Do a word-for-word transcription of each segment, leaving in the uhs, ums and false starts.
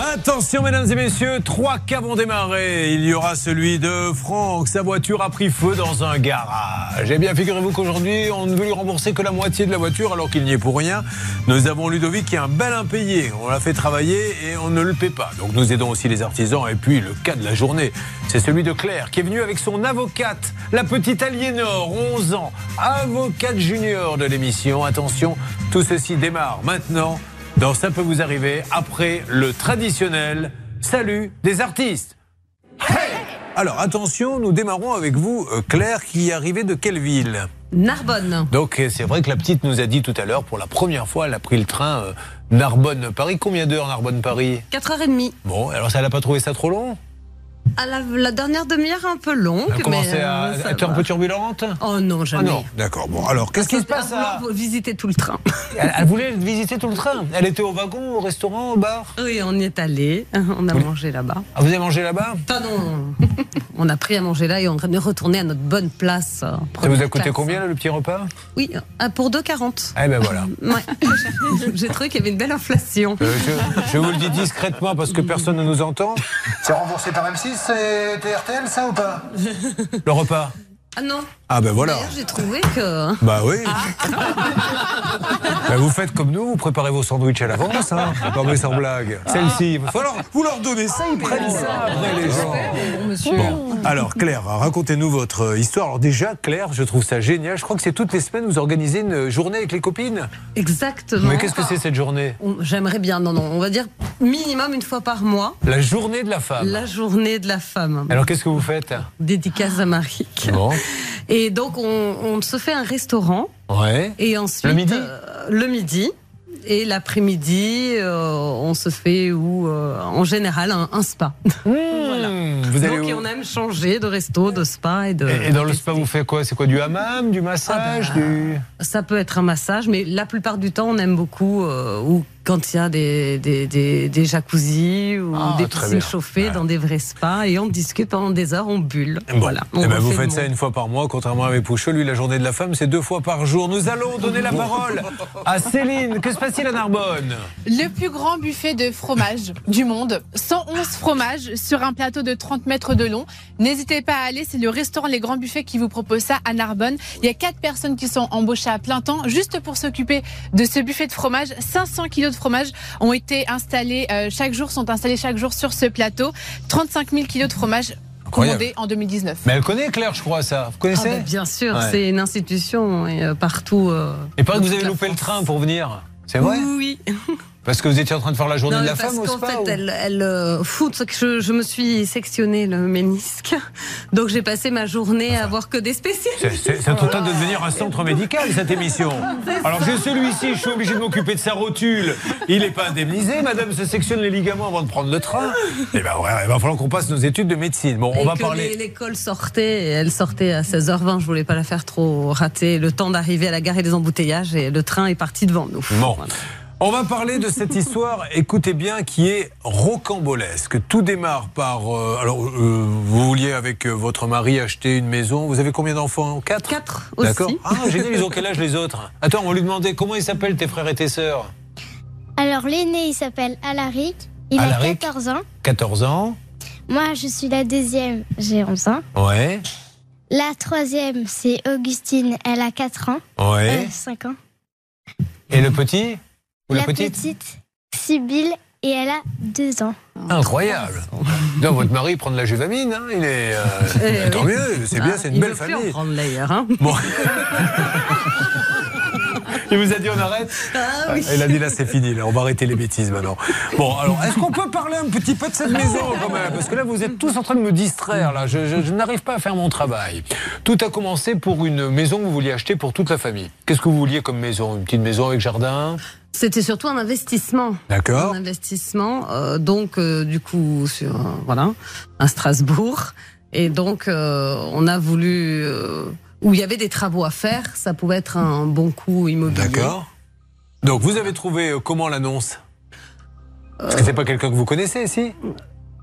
Attention mesdames et messieurs, trois cas vont démarrer. Il y aura celui de Franck, sa voiture a pris feu dans un garage. Eh bien figurez-vous qu'aujourd'hui on ne veut lui rembourser que la moitié de la voiture alors qu'il n'y est pour rien. Nous avons Ludovic qui est un bel impayé, on l'a fait travailler et on ne le paie pas. Donc nous aidons aussi les artisans. Et puis le cas de la journée, c'est celui de Claire qui est venue avec son avocate, la petite Aliénor, onze ans, avocate junior de l'émission. Attention, tout ceci démarre maintenant. Donc ça peut vous arriver après le traditionnel salut des artistes. Hey! Alors attention, nous démarrons avec vous, Claire, qui est arrivée de quelle ville? Narbonne. Donc c'est vrai que la petite nous a dit tout à l'heure, pour la première fois, elle a pris le train euh, Narbonne-Paris. Combien d'heures Narbonne-Paris? quatre heures trente. Bon, alors ça, elle n'a pas trouvé ça trop long? À la, la dernière demi-heure, un peu longue. Elle a commencé mais, à euh, être un peu turbulente? Oh non, jamais. Ah non, d'accord. Bon, alors qu'est-ce qui se passe à... visiter tout le train. Elle, elle voulait visiter tout le train. Elle était au wagon, au restaurant, au bar? Oui, on y est allé. On a oui. mangé là-bas. Ah, vous avez mangé là-bas? Enfin non. On a pris à manger là et on est retourné à notre bonne place. Ça vous a coûté classe. Combien là, le petit repas? Oui, pour deux quarante. Eh ben voilà. Ouais. J'ai trouvé qu'il y avait une belle inflation. Euh, je, je vous le dis discrètement parce que personne ne nous entend. C'est remboursé par M six, c'est T R T L ça ou pas? Le repas? Ah non. Ah ben voilà. D'ailleurs, j'ai trouvé que... Bah oui. Ah. Ben vous faites comme nous, vous préparez vos sandwichs à l'avance, hein. Non mais sans blague. Celle-ci, il faut leur, vous leur donnez ça, ils prennent ça après les gens. Bon, monsieur. Bon, alors Claire, racontez-nous votre histoire. Alors déjà, Claire, je trouve ça génial. Je crois que c'est toutes les semaines, vous organisez une journée avec les copines? Exactement. Mais qu'est-ce que c'est cette journée? J'aimerais bien, non, non, on va dire minimum une fois par mois. La journée de la femme. La journée de la femme. Alors qu'est-ce que vous faites? Dédicace à Maric. Bon. Et donc on, on se fait un restaurant. Ouais. Et ensuite le midi. Euh, le midi. Et l'après-midi, euh, on se fait ou euh, en général un, un spa. Mmh, voilà. Vous allez donc où? on aime changer de resto, de spa et de. Et, et dans le spa, vous faites quoi? C'est quoi, du hammam, du massage, ah bah, du... Ça peut être un massage, mais la plupart du temps, on aime beaucoup euh, ou quand il y a des, des, des, des jacuzzis ou ah, des piscines chauffées ouais. dans des vrais spas et on discute pendant des heures, on bulle. Bon. Voilà. On eh ben vous faites ça monde. une fois par mois, contrairement à mes Poucheux. Lui, la journée de la femme, c'est deux fois par jour. Nous allons donner la parole à Céline. Que se passe-t-il à Narbonne? Le plus grand buffet de fromage du monde. cent onze fromages sur un plateau de trente mètres de long. N'hésitez pas à aller, c'est le restaurant Les Grands Buffets qui vous propose ça à Narbonne. Il y a quatre personnes qui sont embauchées à plein temps juste pour s'occuper de ce buffet de fromage. cinq cents kilos de fromage ont été installés euh, chaque jour, sont installés chaque jour sur ce plateau. trente-cinq mille kilos de fromage commandés en deux mille dix-neuf. Mais elle connaît Claire, je crois, ça. Vous connaissez? ah bah, Bien sûr, ouais. C'est une institution et, euh, partout. Euh, et paraît que vous avez loupé France. Le train pour venir. C'est vrai? Oui. Parce que vous étiez en train de faire la journée non, de la femme au spa? Parce qu'en fait, ou... elle, elle euh, fout que je, je me suis sectionné le ménisque. Donc j'ai passé ma journée enfin, à voir que des spécialistes. C'est en train de devenir un centre médical, cette émission. Alors j'ai celui-ci, je suis obligé de m'occuper de sa rotule. Il n'est pas indemnisé, madame se sectionne les ligaments avant de prendre le train. Eh ben ouais, il va falloir qu'on passe nos études de médecine. Bon, on et va que parler. L'école sortait, et elle sortait à seize heures vingt, je voulais pas la faire trop rater. Le temps d'arriver à la gare et les embouteillages, et le train est parti devant nous. Bon. Voilà. On va parler de cette histoire, écoutez bien, qui est rocambolesque. Tout démarre par... Euh, alors, euh, vous vouliez avec votre mari acheter une maison. Vous avez combien d'enfants? Quatre? Quatre aussi. D'accord. Ah, génial, ils ont quel âge les autres? Attends, on va lui demander comment ils s'appellent tes frères et tes sœurs? Alors, l'aîné, il s'appelle Alaric. Il Alaric, a quatorze ans. quatorze ans. Moi, je suis la deuxième, j'ai onze ans. Ouais. La troisième, c'est Augustine, elle a quatre ans. Ouais. Euh, cinq ans. Et le petit? Ou la, la petite, petite Sibylle, et elle a deux ans. Incroyable. Non, votre mari prend de la juvamine, hein, il est... Euh, eh tant oui. mieux, c'est bien, ah, c'est une belle famille. Il veut plus en prendre d'ailleurs. Hein. Bon. Il vous a dit on arrête? Ah oui. Il a dit là c'est fini, là, on va arrêter les bêtises maintenant. Bon, alors est-ce qu'on peut parler un petit peu de cette maison quand même? Parce que là vous êtes tous en train de me distraire, là. Je, je, je n'arrive pas à faire mon travail. Tout a commencé pour une maison que vous vouliez acheter pour toute la famille. Qu'est-ce que vous vouliez comme maison? Une petite maison avec jardin? C'était surtout un investissement. D'accord. Un investissement, euh, donc euh, du coup sur euh, voilà, à Strasbourg. Et donc euh, on a voulu... Euh, où il y avait des travaux à faire, ça pouvait être un bon coup immobilier. D'accord. Donc vous avez trouvé euh, comment l'annonce? Parce que c'est pas quelqu'un que vous connaissez, si?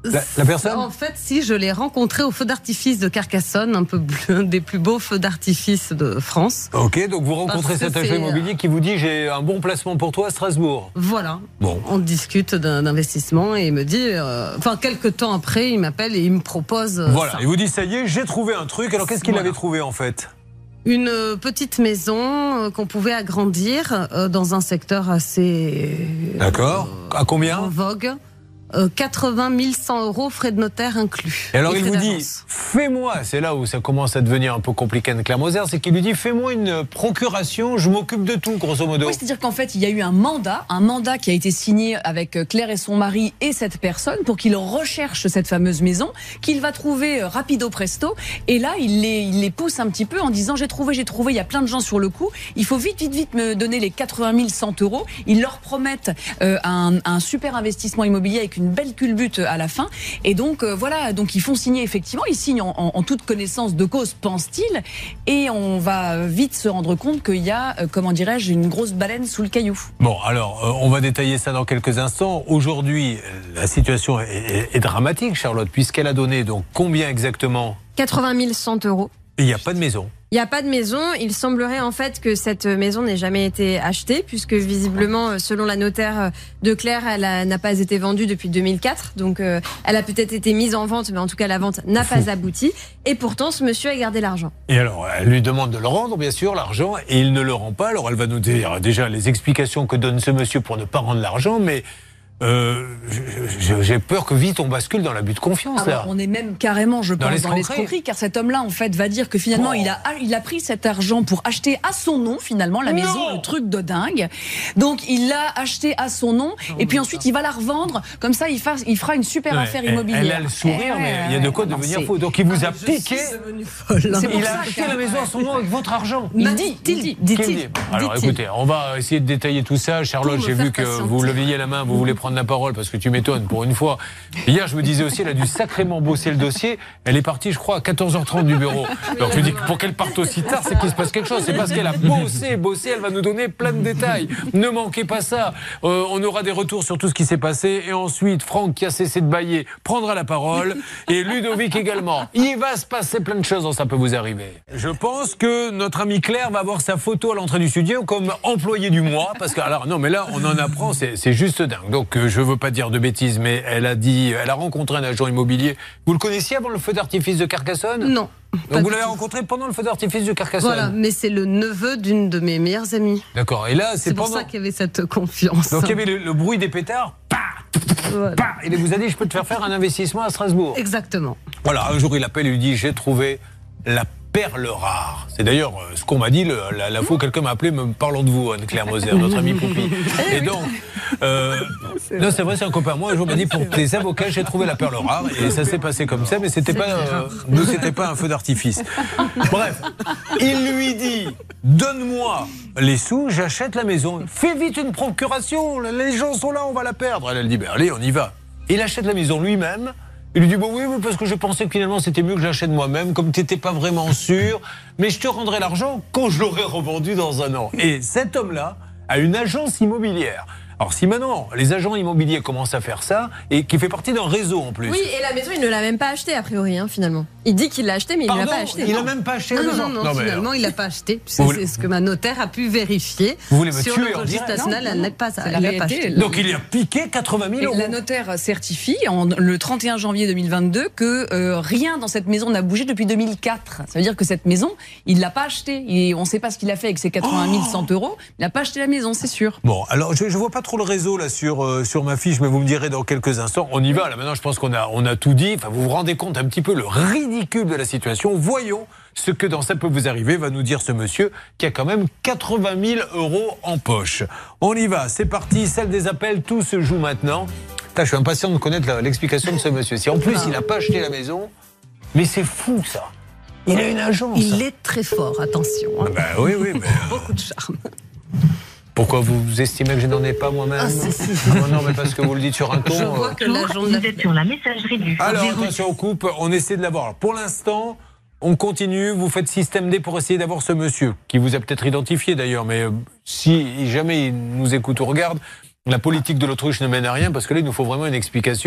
La, la personne En fait, si, je l'ai rencontré au feu d'artifice de Carcassonne, un peu un des plus beaux feux d'artifice de France. Ok, donc vous rencontrez Parce que cet agent c'est, immobilier qui vous dit j'ai un bon placement pour toi à Strasbourg. Voilà. Bon. On discute d'un investissement et il me dit, euh, enfin, quelques temps après, il m'appelle et il me propose. euh, Voilà, ça. il vous dit ça y est, j'ai trouvé un truc. Alors qu'est-ce qu'il Voilà. avait trouvé en fait? Une euh, petite maison euh, qu'on pouvait agrandir euh, dans un secteur assez. D'accord. À En combien? vogue. Euh, quatre-vingt mille cent euros, frais de notaire inclus. Et alors Et il frais vous dit, d'agence. fais-moi, c'est là où ça commence à devenir un peu compliqué Anne-Claire Moser, c'est qu'il lui dit, fais-moi une procuration, je m'occupe de tout, grosso modo. Oui, c'est-à-dire qu'en fait, il y a eu un mandat, un mandat qui a été signé avec Claire et son mari et cette personne pour qu'il recherche cette fameuse maison, qu'il va trouver rapido presto. Et là, il les, il les pousse un petit peu en disant, j'ai trouvé, j'ai trouvé, il y a plein de gens sur le coup, il faut vite, vite, vite me donner les quatre-vingt mille cent euros. Ils leur promettent euh, un, un super investissement immobilier avec une belle culbute à la fin. Et donc, euh, voilà, donc ils font signer, effectivement, ils signent en, en, en toute connaissance de cause, pense-t-il, et on va vite se rendre compte qu'il y a, euh, comment dirais-je, une grosse baleine sous le caillou. Bon, alors, euh, on va détailler ça dans quelques instants. Aujourd'hui, la situation est, est, est dramatique, Charlotte, puisqu'elle a donné donc combien exactement? quatre-vingt mille cent euros. Il n'y a pas de maison. Il n'y a pas de maison. Il semblerait en fait que cette maison n'ait jamais été achetée, puisque visiblement, selon la notaire de Claire, elle a- n'a pas été vendue depuis deux mille quatre. Donc, euh, elle a peut-être été mise en vente, mais en tout cas, la vente n'a pas abouti. Et pourtant, ce monsieur a gardé l'argent. Et alors, elle lui demande de le rendre, bien sûr, l'argent, et il ne le rend pas. Alors, elle va nous dire déjà les explications que donne ce monsieur pour ne pas rendre l'argent, mais euh, je- je- j'ai peur que vite on bascule dans l'abus de confiance, Alors, là. on est même carrément, je Dans pense, dans l'escroquerie. l'escroquerie, car cet homme-là, en fait, va dire que finalement, Oh. il, a, il a pris cet argent pour acheter à son nom, finalement, la Non. maison, le truc de dingue. Donc, il l'a acheté à son nom, et puis ensuite, il va la revendre. Comme ça, il, fasse, il fera une super Ouais, affaire elle- immobilière. Elle a le sourire, Eh mais ouais, il y a de quoi ouais, devenir c'est- fou. Donc, il vous a Je piqué. suis devenue folle. C'est pour Il ça a acheté que- la maison à son nom avec votre argent. Il M'a- dit, il dit. dit-il. Qu'il dit. Alors dit-il. écoutez, on va essayer de détailler tout ça. Charlotte, Pour j'ai me vu que faire patienter. vous leviez la main, vous voulez prendre la parole parce que tu m'étonnes pour une fois. Hier, je me disais aussi, elle a dû sacrément bosser le dossier. Elle est partie, je crois, à quatorze heures trente du bureau. Donc je me dis que pour qu'elle parte aussi tard, c'est qu'il se passe quelque chose. C'est parce qu'elle a bossé, bossé, elle va nous donner plein de détails. Ne manquez pas ça. Euh, on aura des retours sur tout ce qui s'est passé. Et ensuite, Franck, qui a cessé de bailler, prendra la parole. Et Ludovic également. Il va se passer plein de choses dont ça peut vous arriver. Je pense que notre amie Claire va avoir sa photo à l'entrée du studio comme employée du mois. Parce que, alors, non, mais là, on en apprend, c'est c'est juste dingue. Donc, euh, je veux pas dire de bêtises, mais elle a dit, elle a rencontré un agent immobilier. Vous le connaissiez avant le feu d'artifice de Carcassonne? Non. pas Donc, vous du l'avez tout. rencontré pendant le feu d'artifice de Carcassonne? Voilà, mais c'est le neveu d'une de mes meilleures amies. D'accord. Et là, c'est C'est pour pendant. ça qu'il y avait cette confiance. Donc, il y avait le, le bruit des pétards. Pah, Voilà. pah, et il vous a dit, je peux te faire faire un investissement à Strasbourg. Exactement. Voilà, un jour il appelle et lui dit, j'ai trouvé la perle rare. C'est d'ailleurs euh, ce qu'on m'a dit, le, la, la fois où quelqu'un m'a appelé me parlant de vous, Anne-Claire Moser, notre amie Poupi. Et donc, euh, non c'est vrai, c'est un copain. Moi, un jour m'a dit, pour tes avocats, j'ai trouvé la perle rare. Et ça s'est passé comme ça, mais c'était pas, euh, nous, c'était pas un feu d'artifice. Bref, il lui dit, donne-moi les sous, j'achète la maison. Fais vite une procuration, les gens sont là, on va la perdre. Elle, elle dit, ben allez, on y va. Il achète la maison lui-même. Il lui dit, bon oui, oui, parce que je pensais que finalement c'était mieux que je l'achète moi-même, comme tu n'étais pas vraiment sûr, mais je te rendrai l'argent quand je l'aurai revendu dans un an. Et cet homme-là a une agence immobilière. Alors si maintenant les agents immobiliers commencent à faire ça, et qui fait partie d'un réseau en plus. Oui, et la maison, il ne l'a même pas achetée, a priori, hein, finalement. Il dit qu'il l'a achetée, mais il ne Pardon, l'a pas achetée. il Non. n'a même pas acheté Non, la non, maison. non, non, mais finalement, il l'a pas acheté. puisque Vous C'est voulez- ce que ma notaire a pu vérifier. Vous voulez me sur tuer le en registre direct? national, Non, elle non, n'est pas, c'est elle la l'a pas réalité. acheté. donc il a piqué quatre-vingt mille Et euros. la notaire certifie en, le trente et un janvier deux mille vingt-deux que euh, rien dans cette maison n'a bougé depuis deux mille quatre. Ça veut dire que cette maison, il ne l'a pas achetée. Et on ne sait pas ce qu'il a fait avec ses quatre-vingt mille cent euros. Il n'a pas acheté la maison, c'est sûr. Bon, alors je ne vois pas trop le réseau là sur, euh, sur ma fiche, mais vous me direz dans quelques instants. On y va, là maintenant je pense qu'on a, on a tout dit. Enfin, vous vous rendez compte un petit peu le ridicule de la situation. Voyons ce que dans ça peut vous arriver, va nous dire ce monsieur qui a quand même quatre-vingt mille euros en poche. On y va, c'est parti, celle des appels, tout se joue maintenant. Putain, je suis impatient de connaître la- l'explication de ce monsieur. Si en plus il n'a pas acheté la maison, mais c'est fou ça. Il a une agence. Il est très fort, attention. hein. Ben oui, oui, mais... Beaucoup de charme. Pourquoi vous estimez que je n'en ai pas moi-même? Ah, si, si. Ah, non, mais parce que vous le dites sur un ton. Je euh. vois que l'agent de la... Vous êtes sur la messagerie du Alors zéro- attention, on coupe, on essaie de l'avoir. Alors, pour l'instant, on continue. Vous faites système D pour essayer d'avoir ce monsieur, qui vous a peut-être identifié d'ailleurs, mais euh, si jamais il nous écoute ou regarde, la politique de l'autruche ne mène à rien, parce que là, il nous faut vraiment une explication.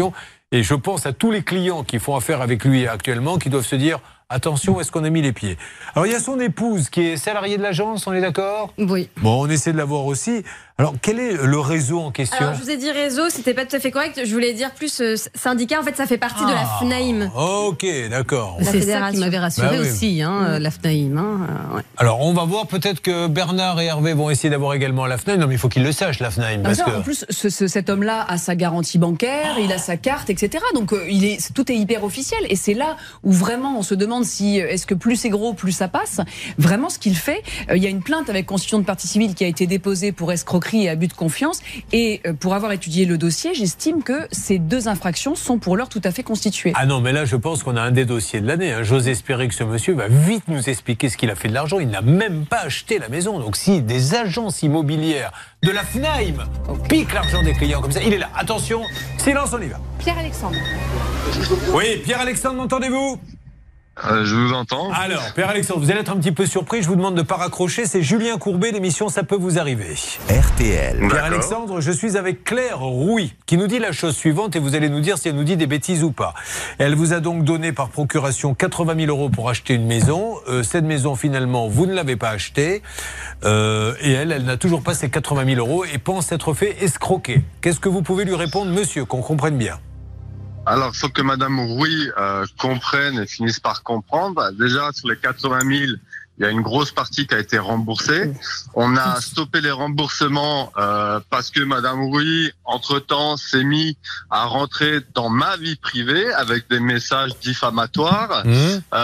Et je pense à tous les clients qui font affaire avec lui actuellement, qui doivent se dire attention, où est-ce qu'on a mis les pieds? Alors il y a son épouse qui est salariée de l'agence, on est d'accord? Oui. Bon, on essaie de la voir aussi. Alors quel est le réseau en question? Alors je vous ai dit réseau, c'était pas tout à fait correct. Je voulais dire plus euh, syndicat. En fait, ça fait partie ah. de la F N A I M. Ok, d'accord. C'est ça qui m'avait rassuré bah oui. aussi, hein, mmh. la F N A I M. Hein, euh, ouais. Alors on va voir, peut-être que Bernard et Hervé vont essayer d'avoir également la F N A I M. Non mais il faut qu'ils le sachent, la F N A I M. Parce ça, que... En plus, ce, ce, cet homme-là a sa garantie bancaire, oh. il a sa carte, et cetera. Donc euh, il est, tout est hyper officiel. Et c'est là où vraiment on se demande si est-ce que plus c'est gros, plus ça passe. Vraiment ce qu'il fait, euh, il y a une plainte avec constitution de partie civile qui a été déposée pour escroquerie et abus de confiance. Et pour avoir étudié le dossier, j'estime que ces deux infractions sont pour l'heure tout à fait constituées. Ah non, mais là, je pense qu'on a un des dossiers de l'année. Hein. J'ose espérer que ce monsieur va vite nous expliquer ce qu'il a fait de l'argent. Il n'a même pas acheté la maison. Donc si des agences immobilières de la F N A I M okay. piquent l'argent des clients comme ça, il est là. Attention, silence, on y va. Pierre-Alexandre. Oui, Pierre-Alexandre, m'entendez-vous ? Euh, je vous entends. Alors, Pierre-Alexandre, vous allez être un petit peu surpris. Je vous demande de ne pas raccrocher. C'est Julien Courbet, l'émission Ça peut vous arriver. R T L. Pierre-Alexandre, je suis avec Claire Rouy, qui nous dit la chose suivante, et vous allez nous dire si elle nous dit des bêtises ou pas. Elle vous a donc donné par procuration quatre-vingt mille euros pour acheter une maison. Euh, cette maison, finalement, vous ne l'avez pas achetée. Euh, et elle, elle n'a toujours pas ces quatre-vingt mille euros et pense être fait escroquer. Qu'est-ce que vous pouvez lui répondre, monsieur, qu'on comprenne bien ? Alors, il faut que Madame Rouy euh, comprenne et finisse par comprendre. Déjà, sur les quatre-vingt mille, il y a une grosse partie qui a été remboursée. On a stoppé les remboursements euh, parce que Madame Rouy, entre-temps, s'est mis à rentrer dans ma vie privée avec des messages diffamatoires, mmh.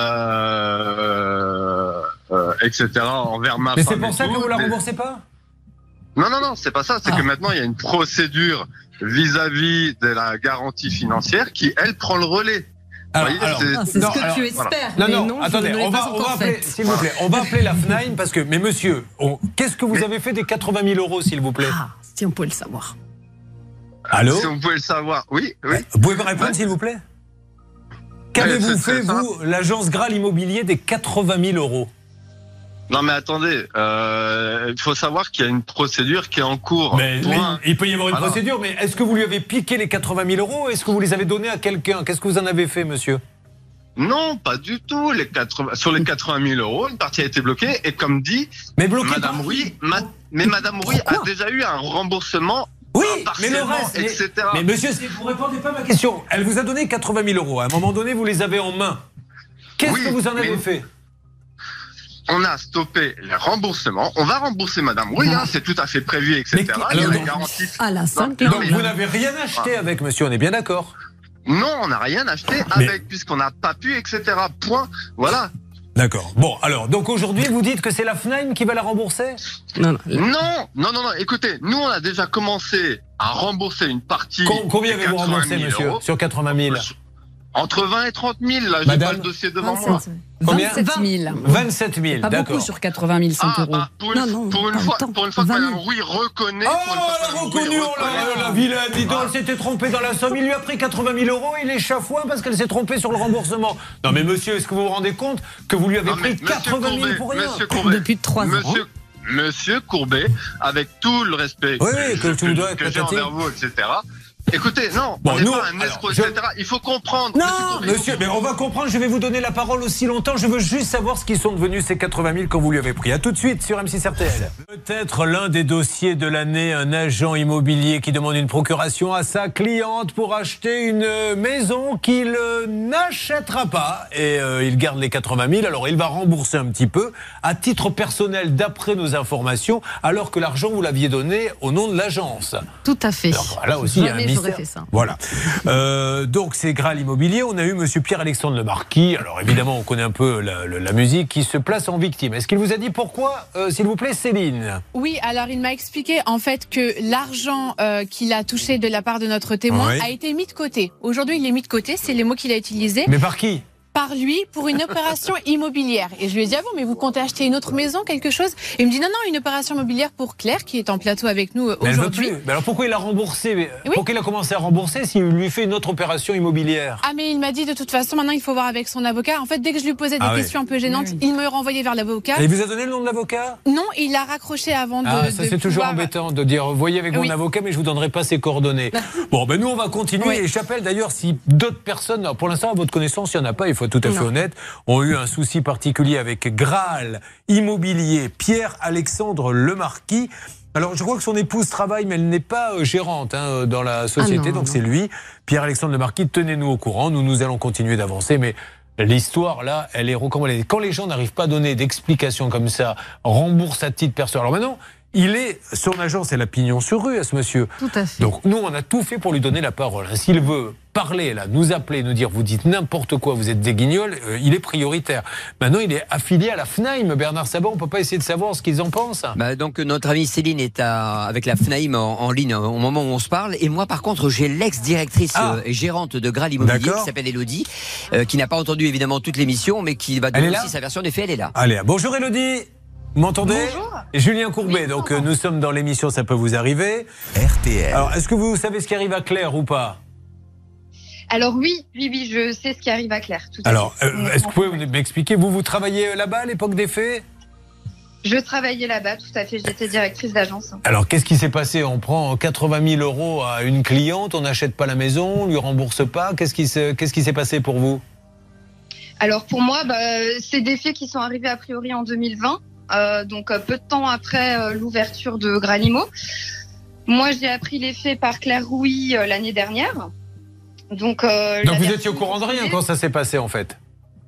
euh, euh, et cetera envers ma Mais femme. Mais c'est pour ça tout, que vous la mais... remboursez pas ? Non, non, non, c'est pas ça. C'est ah. que maintenant, il y a une procédure vis-à-vis de la garantie financière qui, elle, prend le relais. Alors, voyez, alors, c'est ah, ce que alors, tu espères. Voilà. Non, non, non attendez, on va, on va appeler, s'il vous plaît, on va appeler la F N A I M parce que, mais monsieur, on, qu'est-ce que vous mais, avez fait des quatre-vingt mille euros, s'il vous plaît? Ah, si on pouvait le savoir. Allô? Si on pouvait le savoir, oui, oui. Vous pouvez me répondre, ouais. s'il vous plaît? Qu'avez-vous fait, vous, l'agence Graal Immobilier, des quatre-vingt mille euros? Non mais attendez, euh, il faut savoir qu'il y a une procédure qui est en cours. Mais, mais il peut y avoir une Alors, procédure, mais est-ce que vous lui avez piqué les quatre-vingt mille euros ou est-ce que vous les avez donnés à quelqu'un? Qu'est-ce que vous en avez fait, monsieur? Non, pas du tout. Les quatre-vingts, sur les quatre-vingt mille euros, une partie a été bloquée et comme dit, mais Madame Rouy, ma, mais Madame Rouy a déjà eu un remboursement. Oui, mais le reste, et cetera. Mais, mais monsieur, si vous ne répondez pas à ma question, elle vous a donné quatre-vingt mille euros. À un moment donné, vous les avez en main. Qu'est-ce oui, que vous en avez mais... fait? On a stoppé les remboursements. On va rembourser Madame Rouy, hein, c'est tout à fait prévu, et cetera. Mais, il y a alors, une garantie. À la donc, donc vous n'avez rien acheté avec monsieur, on est bien d'accord? Non, on n'a rien acheté mais... avec, puisqu'on n'a pas pu, et cetera. Point. Voilà. D'accord. Bon, alors, donc aujourd'hui, vous dites que c'est la F N A I M qui va la rembourser? Non, non, non, non, non, non. Écoutez, nous, on a déjà commencé à rembourser une partie. Com- combien avez-vous remboursé, monsieur, euros. Sur quatre-vingt mille? Entre vingt et trente mille, là, j'ai pas le dossier devant moi. Combien? vingt-sept mille. vingt-sept mille, pas d'accord. beaucoup sur quatre-vingt mille cent ah, euros. Ah, pour, une, non, non, pour, une fois, pour une fois que Mme Rouy reconnaît... Oh, elle a reconnu, la, la vilaine, dis donc, elle s'était trompée dans la somme. Il lui a pris quatre-vingt mille euros, il est chafouin parce qu'elle s'est trompée sur le remboursement. Non mais monsieur, est-ce que vous vous rendez compte que vous lui avez non, pris quatre-vingt mille pour rien? Courbet, depuis trois ans. Monsieur, monsieur Courbet, avec tout le respect oui, que, que, que, que, que j'ai envers vous, et cetera... Écoutez, non, bon, on n'est nous, pas un escroc, alors, et cetera. Je... Il faut comprendre. Non, monsieur, monsieur, mais on va comprendre. Je vais vous donner la parole aussi longtemps. Je veux juste savoir ce qui sont devenus ces quatre-vingt mille quand vous lui avez pris. À tout de suite sur M six R T L. Peut-être l'un des dossiers de l'année, un agent immobilier qui demande une procuration à sa cliente pour acheter une maison qu'il euh, n'achètera pas. Et euh, il garde les quatre-vingt mille. Alors, il va rembourser un petit peu à titre personnel d'après nos informations, alors que l'argent, vous l'aviez donné au nom de l'agence. Tout à fait. Alors, là aussi, il y a un mystère. Fait ça. Voilà. Euh, donc c'est Graal Immobilier. On a eu monsieur Pierre-Alexandre Lemarquis. Alors évidemment, on connaît un peu la, la, la musique qui se place en victime. Est-ce qu'il vous a dit pourquoi, euh, s'il vous plaît, Céline? Oui, alors il m'a expliqué en fait que l'argent euh, qu'il a touché de la part de notre témoin oui. a été mis de côté. Aujourd'hui, il est mis de côté. C'est les mots qu'il a utilisés. Mais par qui? par lui pour une opération immobilière. Et je lui ai dit, ah bon, mais vous comptez acheter une autre maison, quelque chose? Et il me dit, non, non, une opération immobilière pour Claire, qui est en plateau avec nous mais aujourd'hui. Mais alors pourquoi il a remboursé? Oui. Pourquoi il a commencé à rembourser s'il lui fait une autre opération immobilière? Ah, mais il m'a dit, de toute façon, maintenant, il faut voir avec son avocat. En fait, dès que je lui posais des ah questions oui. un peu gênantes, oui. il me renvoyait vers l'avocat. Et il vous a donné le nom de l'avocat? Non, il a raccroché avant de. Ah, ça de c'est toujours pouvoir... embêtant de dire, voyez avec oui. mon avocat, mais je vous donnerai pas ses coordonnées. Bon, ben nous on va continuer. Oui. Et j'appelle d'ailleurs si d'autres personnes, pour l'instant à votre connaissance, il n'y en a pas, il faut être tout à fait non. honnête, ont eu un souci particulier avec Graal Immobilier, Pierre-Alexandre Lemarquis. Alors, je crois que son épouse travaille, mais elle n'est pas gérante hein, dans la société, ah non, donc non. c'est lui. Pierre-Alexandre Lemarquis, tenez-nous au courant. Nous, nous allons continuer d'avancer, mais l'histoire, là, elle est recommandée. Quand les gens n'arrivent pas à donner d'explications comme ça, rembourse à titre personnel. Alors maintenant, il est, son agence est la pignon sur rue à ce monsieur. Tout à fait. Donc, nous, on a tout fait pour lui donner la parole. S'il veut parler, là, nous appeler, nous dire, vous dites n'importe quoi, vous êtes des guignols, euh, il est prioritaire. Maintenant, il est affilié à la FNAIM. Bernard Sabat, on ne peut pas essayer de savoir ce qu'ils en pensent. Bah, donc, notre amie Céline est à, avec la FNAIM en, en ligne au moment où on se parle. Et moi, par contre, j'ai l'ex-directrice ah. euh, gérante de Graal Immobilier, qui s'appelle Elodie, euh, qui n'a pas entendu évidemment toute l'émission, mais qui va donner aussi sa version des faits. Elle est là. Allez, bonjour Elodie. Vous m'entendez? Bonjour. Julien Courbet, oui, donc euh, nous sommes dans l'émission Ça peut vous arriver. R T L. Alors, est-ce que vous savez ce qui arrive à Claire ou pas? Alors oui, oui, oui, je sais ce qui arrive à Claire. Tout à Alors, fait. Euh, est-ce que vous pouvez m'expliquer? Vous, vous travaillez là-bas à l'époque des faits? Je travaillais là-bas, tout à fait. J'étais directrice d'agence. Alors, qu'est-ce qui s'est passé? On prend quatre-vingt mille euros à une cliente, on n'achète pas la maison, on lui rembourse pas. Qu'est-ce qui s'est, qu'est-ce qui s'est passé pour vous? Alors, pour moi, bah, c'est des faits qui sont arrivés a priori en deux mille vingt. Euh, donc euh, peu de temps après euh, l'ouverture de Graal Immo. Moi, j'ai appris les faits par Claire Rouy euh, l'année dernière. Donc, euh, donc vous étiez au courant de rien quand ça s'est passé en fait?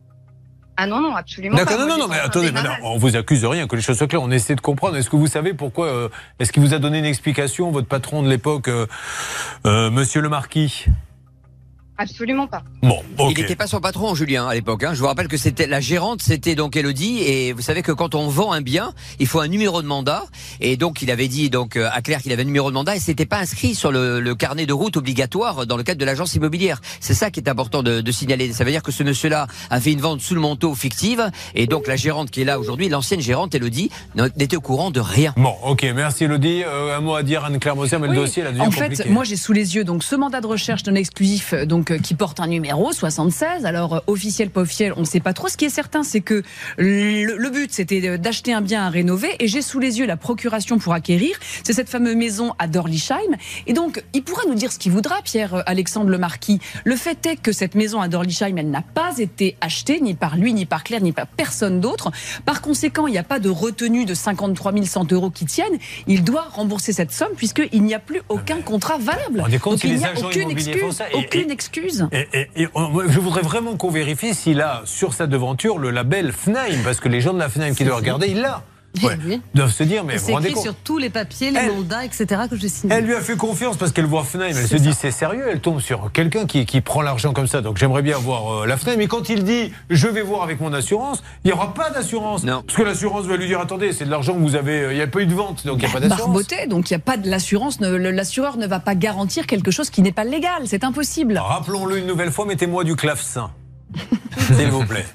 Ah non, non, absolument D'accord, pas. non, non, non, mais attendez, mais non, on vous accuse de rien, que les choses soient claires, on essaie de comprendre. Est-ce que vous savez pourquoi, euh, est-ce qu'il vous a donné une explication, votre patron de l'époque, euh, euh, Monsieur Lemarquis? Absolument pas. Bon, okay. Il n'était pas son patron, Julien, à l'époque. Hein. Je vous rappelle que c'était la gérante, c'était donc Elodie. Et vous savez que quand on vend un bien, il faut un numéro de mandat. Et donc, il avait dit donc à Claire qu'il avait un numéro de mandat et c'était pas inscrit sur le, le carnet de route obligatoire dans le cadre de l'agence immobilière. C'est ça qui est important de, de signaler. Ça veut dire que ce monsieur-là a fait une vente sous le manteau fictive. Et donc, la gérante qui est là aujourd'hui, l'ancienne gérante Elodie, n'était au courant de rien. Bon, ok, merci Elodie. Euh, un mot à dire, Anne-Claire Moser, mais oui, le dossier là devient en compliqué. fait, moi j'ai sous les yeux donc ce mandat de recherche non exclusif donc qui porte un numéro soixante-seize. Alors euh, officiel, pas officiel, on ne sait pas trop. Ce qui est certain, c'est que le, le but c'était d'acheter un bien à rénover. Et j'ai sous les yeux la procuration pour acquérir. C'est cette fameuse maison à Dorlisheim. Et donc il pourra nous dire ce qu'il voudra, Pierre-Alexandre Lemarquis. Le fait est que cette maison à Dorlisheim, elle n'a pas été achetée ni par lui, ni par Claire, ni par personne d'autre. Par conséquent, il n'y a pas de retenue de cinquante-trois mille cent euros qui tiennent. Il doit rembourser cette somme puisqu'il n'y a plus aucun contrat valable. Donc il n'y a aucune excuse. Et, aucune et, excuse. Et, et, et, je voudrais vraiment qu'on vérifie s'il a sur sa devanture le label FNAIM, parce que les gens de la FNAIM qui doivent regarder, il l'a. Ouais. Oui. Doivent se dire, mais vous c'est rendez écrit compte. sur tous les papiers, les elle, mandats, et cetera que j'ai signés. Elle lui a fait confiance parce qu'elle voit FNAIM, elle se ça. dit c'est sérieux, elle tombe sur quelqu'un qui, qui prend l'argent comme ça. Donc j'aimerais bien voir euh, la FNAIM. Mais quand il dit je vais voir avec mon assurance, il n'y aura pas d'assurance. Non. Parce que l'assurance va lui dire attendez, c'est de l'argent que vous avez, il n'y a pas eu de vente, donc il n'y a pas d'assurance. Barboté, donc il n'y a pas de l'assurance, l'assureur ne va pas garantir quelque chose qui n'est pas légal, c'est impossible. Rappelons-le une nouvelle fois, mettez-moi du clavecin. S'il vous plaît.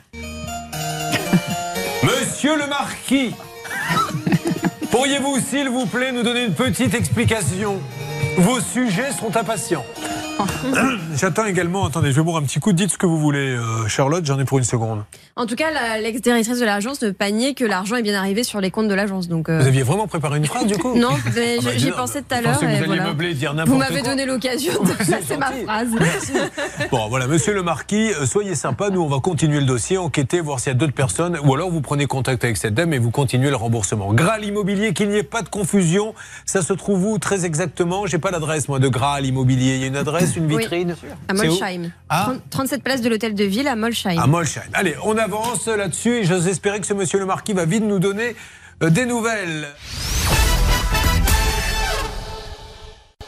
Monsieur Lemarquis, pourriez-vous, s'il vous plaît, nous donner une petite explication? Vos sujets sont impatients. J'attends également, attendez, je vais boire un petit coup. Dites ce que vous voulez, euh, Charlotte, j'en ai pour une seconde. En tout cas, l'ex-directrice de l'agence ne peut pas nier que l'argent est bien arrivé sur les comptes de l'agence. Donc euh... Vous aviez vraiment préparé une phrase, du coup? Non, ah bah, j'y non, pensais tout à l'heure. Voilà. Vous m'avez donné l'occasion de placer ma phrase. Merci. Bon, voilà, monsieur Lemarquis, soyez sympa, nous on va continuer le dossier, enquêter, voir s'il y a d'autres personnes, ou alors vous prenez contact avec cette dame et vous continuez le remboursement. Graal Immobilier, qu'il n'y ait pas de confusion, ça se trouve où très exactement? J'ai pas l'adresse, moi, de Graal Immobilier. Il y a une adresse, une vitrine? Oui. À Molsheim. Ah trente-sept place de l'hôtel de ville à Molsheim. À Molsheim. Allez, on avance là-dessus et j'ose espérer que ce monsieur Lemarquis va vite nous donner euh, des nouvelles.